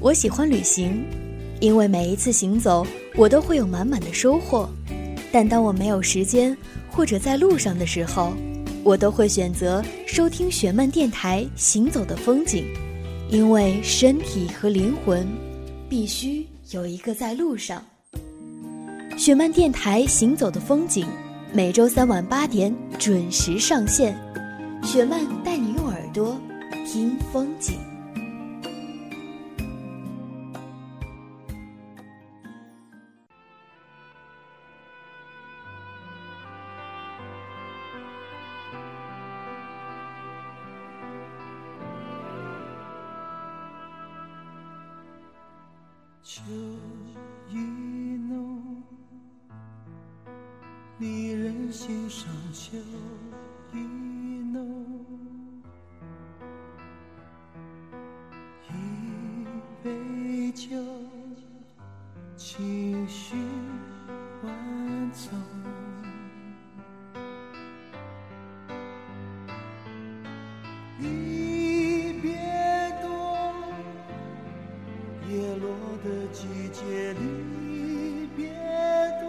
我喜欢旅行，因为每一次行走我都会有满满的收获。但当我没有时间或者在路上的时候，我都会选择收听雪漫电台行走的风景，因为身体和灵魂必须有一个在路上。雪漫电台行走的风景，每周3晚8点准时上线。雪漫带你用耳朵听风景。 秋意浓，离人心上秋意浓，一杯酒，情绪万种，离别多，叶落的季节离别多，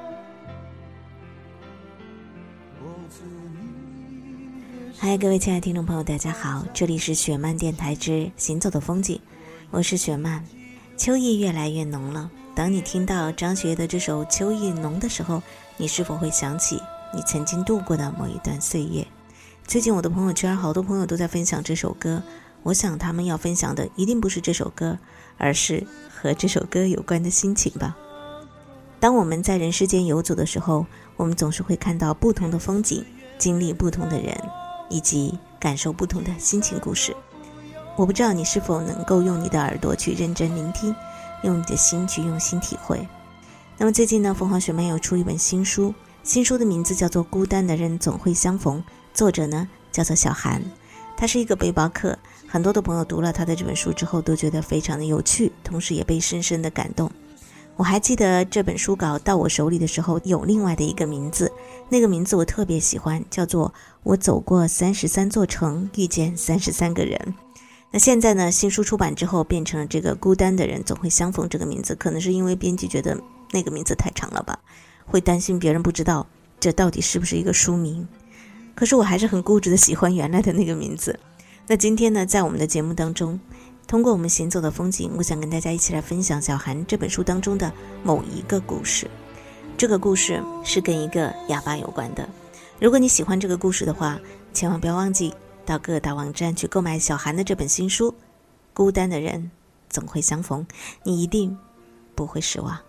我祝你。 嗨，各位亲爱的听众朋友，大家好，这里是雪漫电台之行走的风景，我是雪漫。秋意越来越浓了，当你听到张学友的这首《秋意浓》的时候，你是否会想起你曾经度过的某一段岁月？最近我的朋友圈好多朋友都在分享这首歌，我想他们要分享的一定不是这首歌，而是和这首歌有关的心情吧。当我们在人世间游走的时候，我们总是会看到不同的风景，经历不同的人，以及感受不同的心情故事。我不知道你是否能够用你的耳朵去认真聆听，用你的心去用心体会。那么最近呢，凤凰学漫有出一本新书，新书的名字叫做《孤单的人总会相逢》，作者呢叫做小韩。他是一个背包客，很多的朋友读了他的这本书之后都觉得非常的有趣，同时也被深深的感动。我还记得这本书稿到我手里的时候有另外的一个名字，那个名字我特别喜欢，叫做我走过33座城，遇见33个人。那现在呢，新书出版之后变成了这个孤单的人总会相逢这个名字，可能是因为编辑觉得那个名字太长了吧，会担心别人不知道这到底是不是一个书名。可是我还是很固执的喜欢原来的那个名字。那今天呢，在我们的节目当中，通过我们行走的风景，我想跟大家一起来分享小韩这本书当中的某一个故事。这个故事是跟一个哑巴有关的。如果你喜欢这个故事的话，千万不要忘记到各大网站去购买小韩的这本新书《孤单的人总会相逢》，你一定不会失望。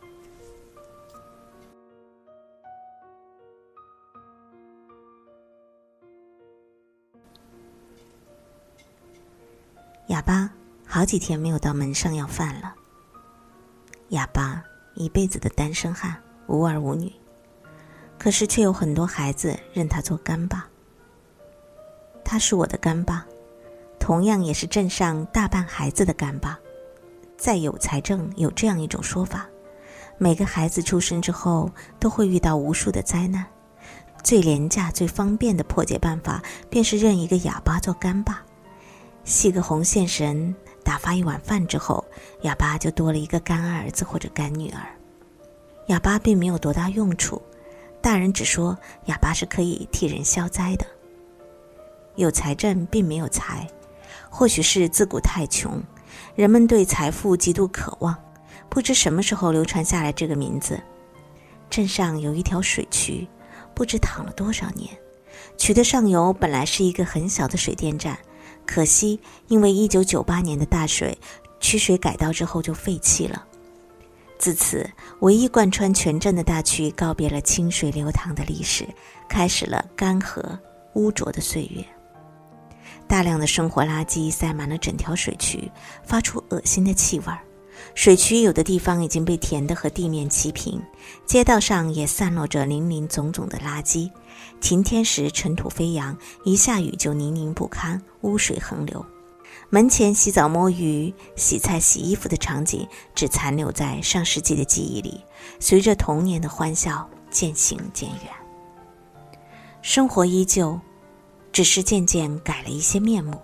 哑巴好几天没有到门上要饭了。哑巴一辈子的单身汉，无儿无女，可是却有很多孩子认他做干爸。他是我的干爸，同样也是镇上大半孩子的干爸。在有财政有这样一种说法，每个孩子出生之后都会遇到无数的灾难，最廉价最方便的破解办法便是认一个哑巴做干爸。系个红线绳，打发一碗饭之后，哑巴就多了一个干儿子或者干女儿。哑巴并没有多大用处，大人只说哑巴是可以替人消灾的。有财政并没有财，或许是自古太穷，人们对财富极度渴望，不知什么时候流传下来这个名字。镇上有一条水渠，不知淌了多少年，渠的上游本来是一个很小的水电站，可惜因为1998年的大水，渠水改道之后就废弃了。自此，唯一贯穿全镇的大渠告别了清水流淌的历史，开始了干涸污浊的岁月。大量的生活垃圾塞满了整条水渠，发出恶心的气味。水渠有的地方已经被填得和地面齐平，街道上也散落着林林总总的垃圾。晴天时尘土飞扬，一下雨就泥泞不堪，污水横流。门前洗澡摸鱼、洗菜洗衣服的场景只残留在上世纪的记忆里，随着童年的欢笑渐行渐远。生活依旧，只是渐渐改了一些面目，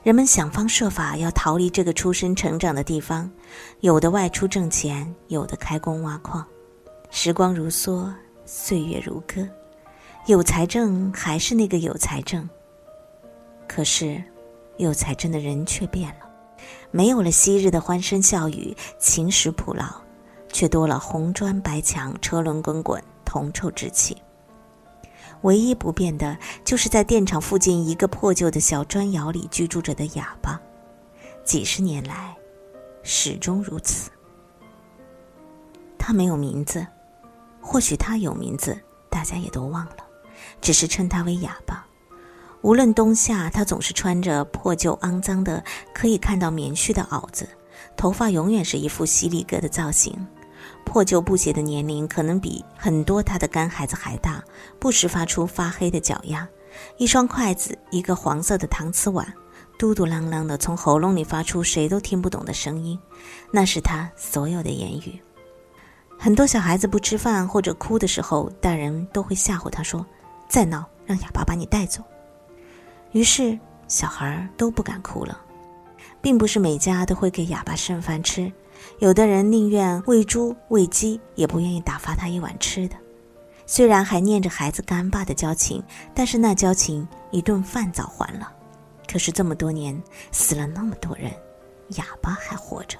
人们想方设法要逃离这个出生成长的地方，有的外出挣钱，有的开工挖矿。时光如梭，岁月如歌，有财政还是那个有财政。可是有财政的人却变了，没有了昔日的欢声笑语，秦时朴老，却多了红砖白墙，车轮滚滚，铜臭之气。唯一不变的就是在电厂附近一个破旧的小砖窑里居住着的哑巴，几十年来始终如此。他没有名字，或许他有名字，大家也都忘了，只是称他为哑巴。无论冬夏，他总是穿着破旧肮脏的可以看到棉絮的袄子，头发永远是一副犀利哥的造型。破旧布鞋的年龄可能比很多他的干孩子还大，不时发出发黑的脚丫。一双筷子，一个黄色的搪瓷碗，嘟嘟囔囔的从喉咙里发出谁都听不懂的声音，那是他所有的言语。很多小孩子不吃饭或者哭的时候，大人都会吓唬他说，再闹让哑巴把你带走。于是小孩都不敢哭了。并不是每家都会给哑巴剩饭吃，有的人宁愿喂猪喂鸡，也不愿意打发他一碗吃的。虽然还念着孩子干爸的交情，但是那交情一顿饭早还了。可是这么多年，死了那么多人，哑巴还活着。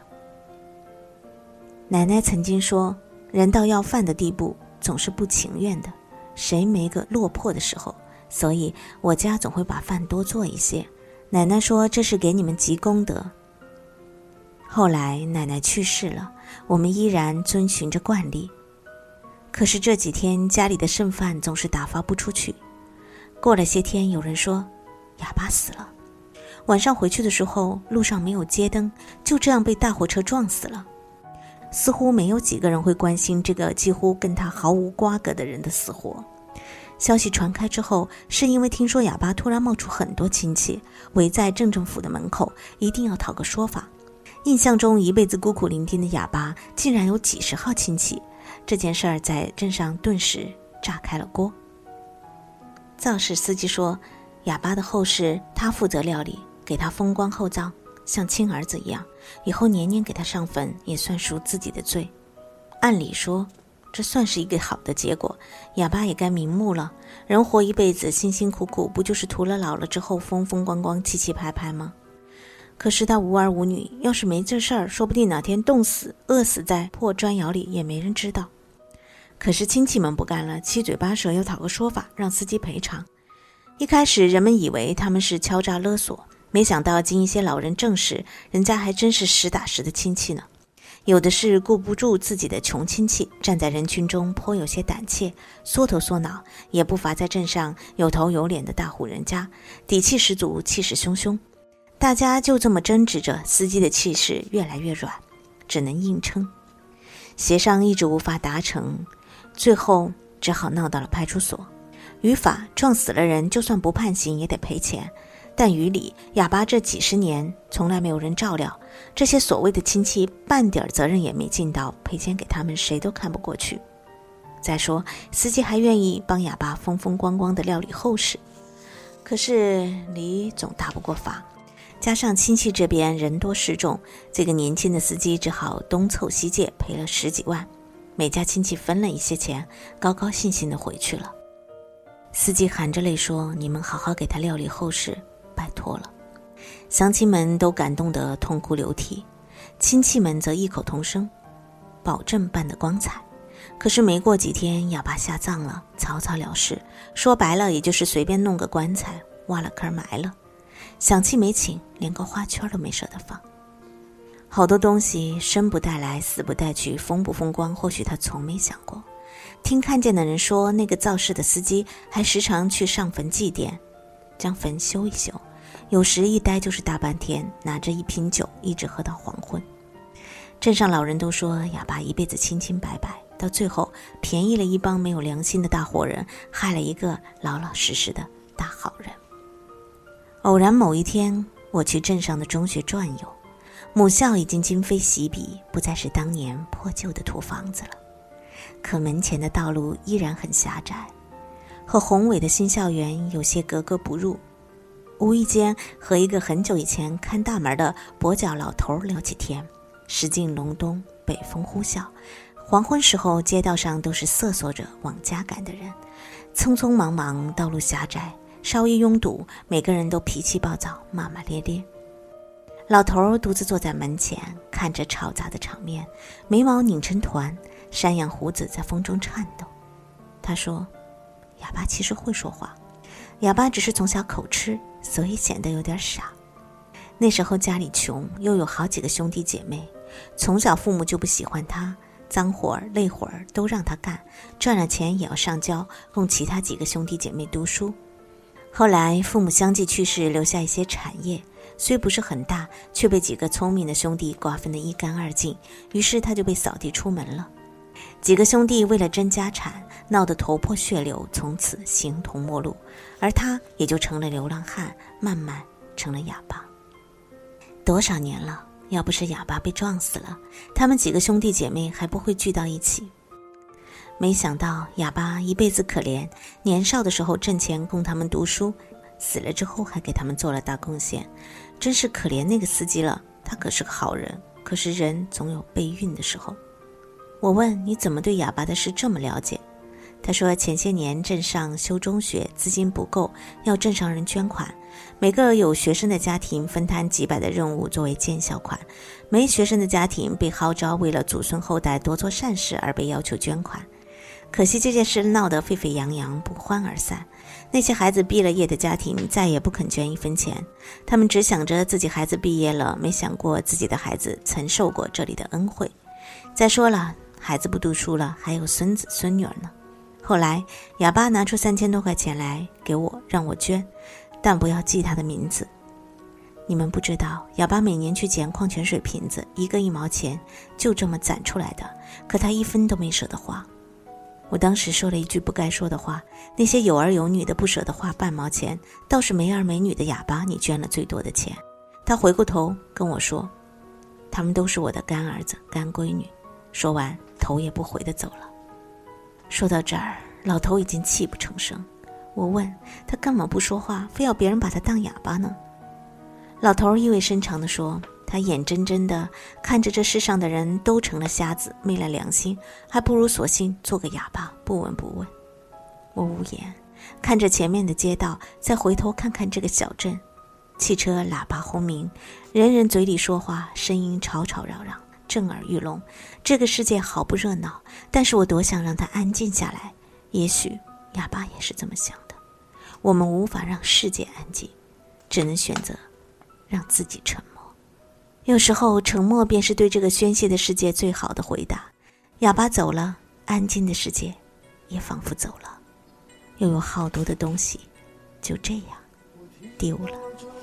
奶奶曾经说，人到要饭的地步，总是不情愿的，谁没个落魄的时候，所以我家总会把饭多做一些。奶奶说这是给你们积功德。后来奶奶去世了，我们依然遵循着惯例。可是这几天家里的剩饭总是打发不出去。过了些天，有人说哑巴死了。晚上回去的时候，路上没有街灯，就这样被大货车撞死了。似乎没有几个人会关心这个几乎跟他毫无瓜葛的人的死活。消息传开之后，是因为听说哑巴突然冒出很多亲戚，围在镇政府的门口，一定要讨个说法。印象中一辈子孤苦伶仃的哑巴竟然有几十号亲戚，这件事儿在镇上顿时炸开了锅。造事司机说，哑巴的后事他负责料理，给他封官厚葬，像亲儿子一样，以后年年给他上坟，也算赎自己的罪。按理说这算是一个好的结果，哑巴也该瞑目了。人活一辈子，辛辛苦苦，不就是图了老了之后风风光光、气气派派吗？可是他无儿无女，要是没这事儿，说不定哪天冻死、饿死在破砖窑里也没人知道。可是亲戚们不干了，七嘴八舌要讨个说法，让司机赔偿。一开始人们以为他们是敲诈勒索，没想到经一些老人证实，人家还真是实打实的亲戚呢。有的是顾不住自己的穷亲戚，站在人群中颇有些胆怯，缩头缩脑，也不乏在镇上有头有脸的大户人家，底气十足，气势汹汹。大家就这么争执着，司机的气势越来越软，只能硬撑。协商一直无法达成，最后只好闹到了派出所。于法，撞死了人就算不判刑也得赔钱，但于理，哑巴这几十年从来没有人照料，这些所谓的亲戚半点责任也没尽到，赔钱给他们谁都看不过去。再说司机还愿意帮哑巴风风光光的料理后事，可是理总大不过法，加上亲戚这边人多势众，这个年轻的司机只好东凑西借，赔了10几万。每家亲戚分了一些钱，高高兴兴地回去了。司机含着泪说，你们好好给他料理后事，拜托了。乡亲们都感动得痛哭流涕，亲戚们则异口同声，保证办得光彩。可是没过几天，哑巴下葬了，草草了事，说白了也就是随便弄个棺材，挖了坑埋了，想气没请，连个花圈都没舍得放。好多东西生不带来，死不带去，风不风光，或许他从没想过。听看见的人说，那个造事的司机还时常去上坟祭奠，将坟修一修，有时一待就是大半天，拿着一瓶酒一直喝到黄昏。镇上老人都说，哑巴一辈子清清白白，到最后便宜了一帮没有良心的大活人，害了一个老老实实的大好人。偶然某一天，我去镇上的中学转悠，母校已经今非昔比，不再是当年破旧的土房子了，可门前的道路依然很狭窄，和宏伟的新校园有些格格不入。 无意间和一个很久以前看大门的跛脚老头聊起天。时近隆冬，北风呼啸，黄昏时候街道上都是瑟缩着往家赶的人，匆匆忙忙，道路狭窄，稍一拥堵，每个人都脾气暴躁，骂骂咧咧。老头独自坐在门前，看着吵杂的场面，眉毛拧成团，山羊胡子在风中颤抖。他说，哑巴其实会说话，哑巴只是从小口吃，所以显得有点傻。那时候家里穷，又有好几个兄弟姐妹，从小父母就不喜欢他，脏活儿累活儿都让他干，赚了钱也要上交，供其他几个兄弟姐妹读书。后来父母相继去世，留下一些产业，虽不是很大，却被几个聪明的兄弟瓜分得一干二净，于是他就被扫地出门了。几个兄弟为了争家产，闹得头破血流，从此形同陌路，而他也就成了流浪汉，慢慢成了哑巴。多少年了，要不是哑巴被撞死了，他们几个兄弟姐妹还不会聚到一起。没想到哑巴一辈子可怜，年少的时候挣钱供他们读书，死了之后还给他们做了大贡献，真是可怜那个司机了，他可是个好人，可是人总有背运的时候。我问，你怎么对哑巴的事这么了解？他说，前些年镇上修中学，资金不够，要镇上人捐款，每个有学生的家庭分摊几百的任务作为建校款，没学生的家庭被号召为了祖孙后代多做善事而被要求捐款。可惜这件事闹得沸沸扬扬，不欢而散。那些孩子毕了业的家庭再也不肯捐一分钱，他们只想着自己孩子毕业了，没想过自己的孩子曾受过这里的恩惠。再说了，孩子不读书了，还有孙子孙女儿呢。后来哑巴拿出3000多块钱来给我，让我捐，但不要记他的名字。你们不知道，哑巴每年去捡矿泉水瓶子，一个1毛钱，就这么攒出来的，可他1分都没舍得花。我当时说了一句不该说的话，那些有儿有女的不舍得花半毛钱，倒是没儿没女的哑巴你捐了最多的钱。他回过头跟我说，他们都是我的干儿子干闺女，说完头也不回地走了。说到这儿，老头已经泣不成声。我问他干嘛不说话，非要别人把他当哑巴呢？老头意味深长地说，他眼睁睁地看着这世上的人都成了瞎子，没了良心，还不如索性做个哑巴，不闻不问。我无言，看着前面的街道，再回头看看这个小镇，汽车喇叭轰鸣，人人嘴里说话，声音吵吵嚷嚷，震耳欲聋。这个世界好不热闹，但是我多想让它安静下来。也许哑巴也是这么想的。我们无法让世界安静，只能选择让自己沉默。有时候沉默便是对这个宣泄的世界最好的回答。哑巴走了，安静的世界也仿佛走了，又有好多的东西就这样丢了。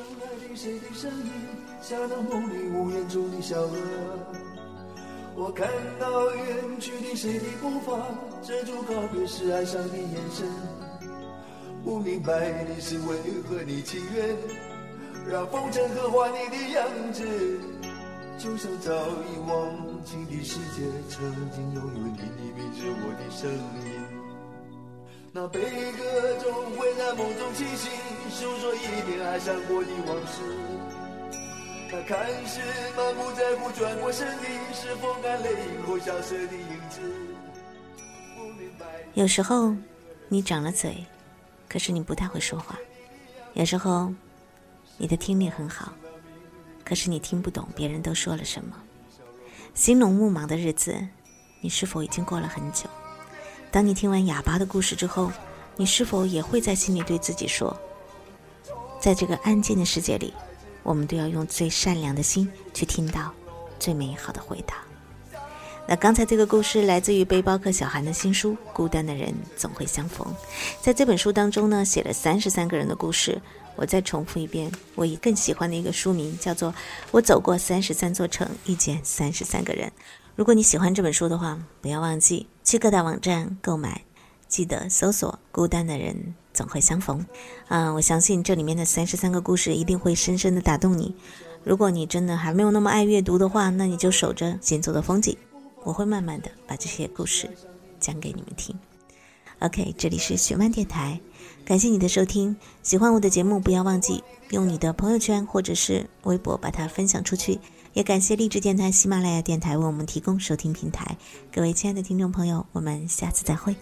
我看到远去的谁的步伐，遮住告别时哀伤的眼神。不明白你是为何你情愿让风尘刻画你的样子，就像早已忘记的世界曾经拥有你的名字，我的声音。那悲歌总会在梦中清醒，诉说一遍爱上过的往事。那看似满不在乎转过身的，是风干泪影后消失的影子。 有时候你长了嘴，可是你不太会说话。有时候你的听力很好，可是你听不懂别人都说了什么。兴农牧盲的日子，你是否已经过了很久？当你听完哑巴的故事之后，你是否也会在心里对自己说，在这个安静的世界里，我们都要用最善良的心去听到最美好的回答。那刚才这个故事来自于背包客小韩的新书《孤单的人总会相逢》。在这本书当中呢，写了33个人的故事。我再重复一遍，我更喜欢的一个书名叫做《我走过33座城，遇见33个人》。如果你喜欢这本书的话，不要忘记去各大网站购买，记得搜索孤单的人总会相逢。我相信这里面的33个故事一定会深深的打动你。如果你真的还没有那么爱阅读的话，那你就守着行走的风景，我会慢慢的把这些故事讲给你们听。 OK， 这里是雪漫电台，感谢你的收听。喜欢我的节目，不要忘记用你的朋友圈或者是微博把它分享出去。也感谢励志电台、喜马拉雅电台为我们提供收听平台。各位亲爱的听众朋友，我们下次再会。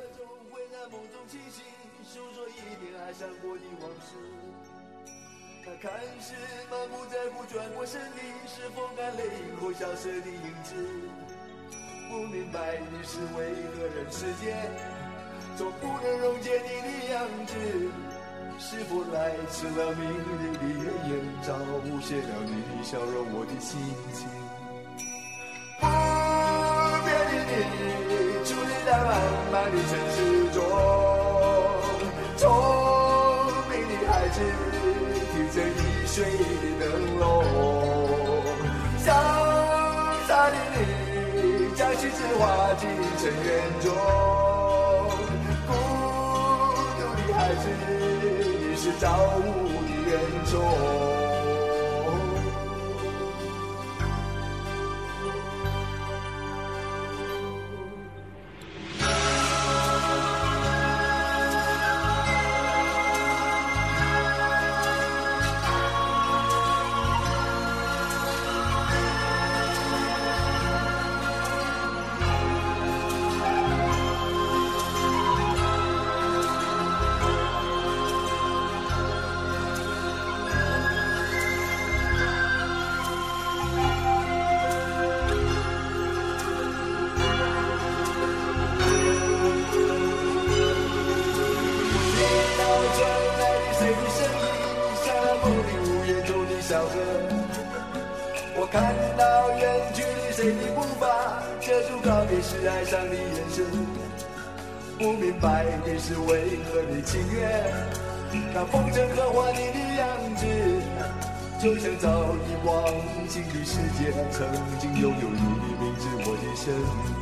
看似满不在乎，转过身你是否干泪后消失的影子？不明白你是为何人世间总不能溶解你的样子？是否来迟了明丽的眼照谢了你笑容我的心情？不变的你伫立在漫漫的城市中，聪明的孩子提着易碎的灯笼，潇洒的你将心事化进尘缘中，孤独的孩子你是造物的恩宠。我看到远距离谁的步伐，遮住告别时哀伤的眼神。不明白你是为何的情愿，那风尘刻画你的样子，就像早已忘情的世界，曾经拥有你的名字，我的生命。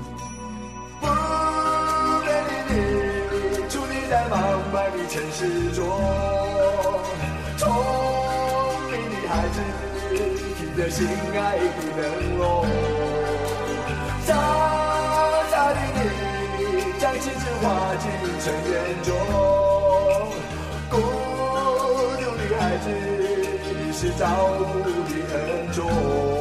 不变的你，矗立在茫茫的城市中，聪明的孩子提着心爱的灯笼，傻傻的你将心事化进尘缘中，孤独的孩子你是造物的恩宠。